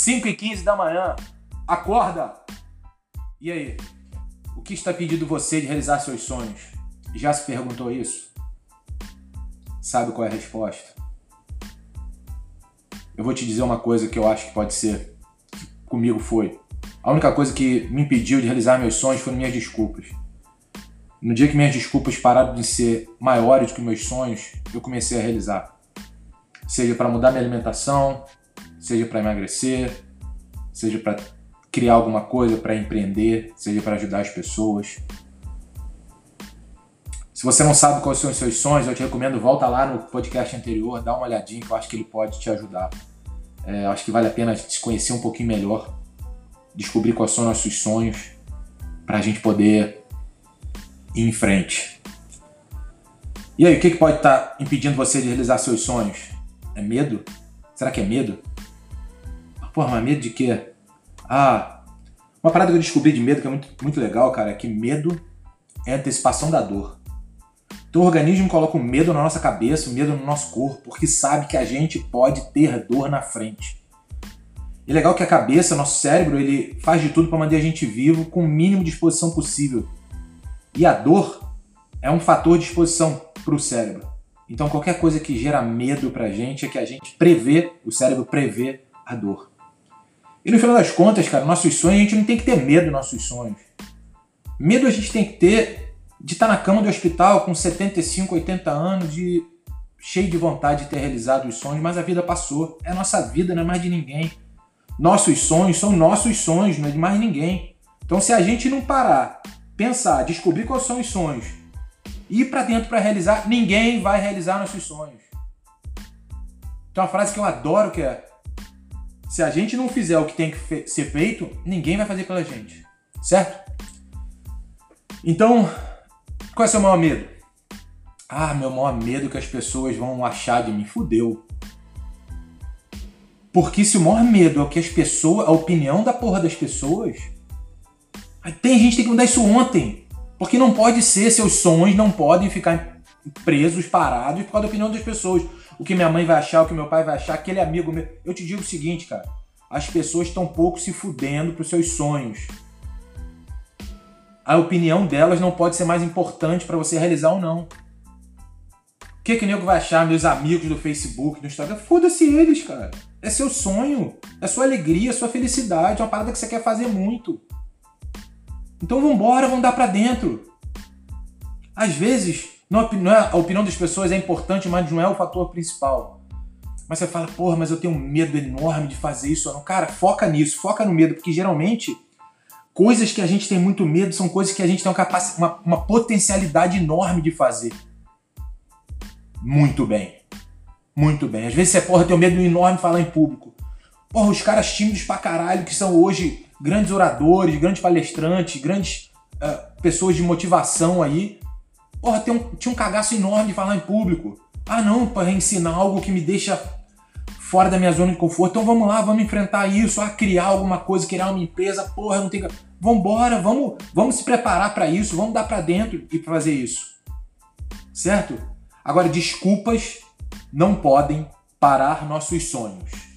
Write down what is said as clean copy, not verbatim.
5h15 da manhã. Acorda! E aí? O que está pedindo você de realizar seus sonhos? Já se perguntou isso? Sabe qual é a resposta? Eu vou te dizer uma coisa que eu acho que pode ser. Que comigo foi. A única coisa que me impediu de realizar meus sonhos foram minhas desculpas. No dia que minhas desculpas pararam de ser maiores do que meus sonhos, eu comecei a realizar. Seja para mudar minha alimentação, seja para emagrecer, seja para criar alguma coisa, para empreender, seja para ajudar as pessoas. Se você não sabe quais são os seus sonhos, eu te recomendo, volta lá no podcast anterior, dá uma olhadinha que eu acho que ele pode te ajudar. Eu acho que vale a pena te conhecer um pouquinho melhor, descobrir quais são nossos sonhos, para a gente poder ir em frente. E aí, o que pode estar impedindo você de realizar seus sonhos? É medo? Será que é medo? Porra, mas medo de quê? Uma parada que eu descobri de medo que é muito legal, cara, é que medo é antecipação da dor. Então o organismo coloca o medo na nossa cabeça, o medo no nosso corpo, porque sabe que a gente pode ter dor na frente. E é legal que a cabeça, nosso cérebro, ele faz de tudo para manter a gente vivo com o mínimo de exposição possível. E a dor é um fator de exposição para o cérebro. Então qualquer coisa que gera medo pra gente é que a gente prevê, o cérebro prevê a dor. E no final das contas, cara, nossos sonhos, a gente não tem que ter medo dos nossos sonhos. Medo a gente tem que ter de estar na cama do hospital com 75, 80 anos, cheio de vontade de ter realizado os sonhos, mas a vida passou. É a nossa vida, não é mais de ninguém. Nossos sonhos são nossos sonhos, não é de mais ninguém. Então se a gente não parar, pensar, descobrir quais são os sonhos, ir pra dentro para realizar, ninguém vai realizar nossos sonhos. Tem uma frase que eu adoro que é: se a gente não fizer o que tem que ser feito, ninguém vai fazer pela gente. Certo? Então, qual é o seu maior medo? Meu maior medo é que as pessoas vão achar de mim. Fudeu. Porque se o maior medo é o que as pessoas, a opinião da porra das pessoas, tem gente que tem que mudar isso ontem. Porque não pode ser, seus sonhos não podem ficar presos, parados por causa da opinião das pessoas. O que minha mãe vai achar, o que meu pai vai achar, aquele amigo meu. Eu te digo o seguinte, cara. As pessoas estão pouco se fudendo pros seus sonhos. A opinião delas não pode ser mais importante para você realizar ou não. O que o nego vai achar, meus amigos do Facebook, do Instagram? Foda-se eles, cara. É seu sonho, é sua alegria, é sua felicidade, é uma parada que você quer fazer muito. Então vambora, vamos dar pra dentro. Às vezes, a opinião das pessoas é importante, mas não é o fator principal. Mas você fala, porra, mas eu tenho um medo enorme de fazer isso ou não. Cara, foca nisso, foca no medo, porque geralmente coisas que a gente tem muito medo são coisas que a gente tem uma potencialidade enorme de fazer. Muito bem. Muito bem. Às vezes você, tem um medo enorme de falar em público. Porra, os caras tímidos pra caralho, que são hoje grandes oradores, grandes palestrantes, grandes pessoas de motivação aí. Porra, tinha um cagaço enorme de falar em público. Não, para ensinar algo que me deixa fora da minha zona de conforto. Então vamos lá, vamos enfrentar isso. Criar alguma coisa, criar uma empresa. Porra, não tem que... Vambora, vamos se preparar para isso. Vamos dar para dentro e fazer isso. Certo? Agora, desculpas não podem parar nossos sonhos.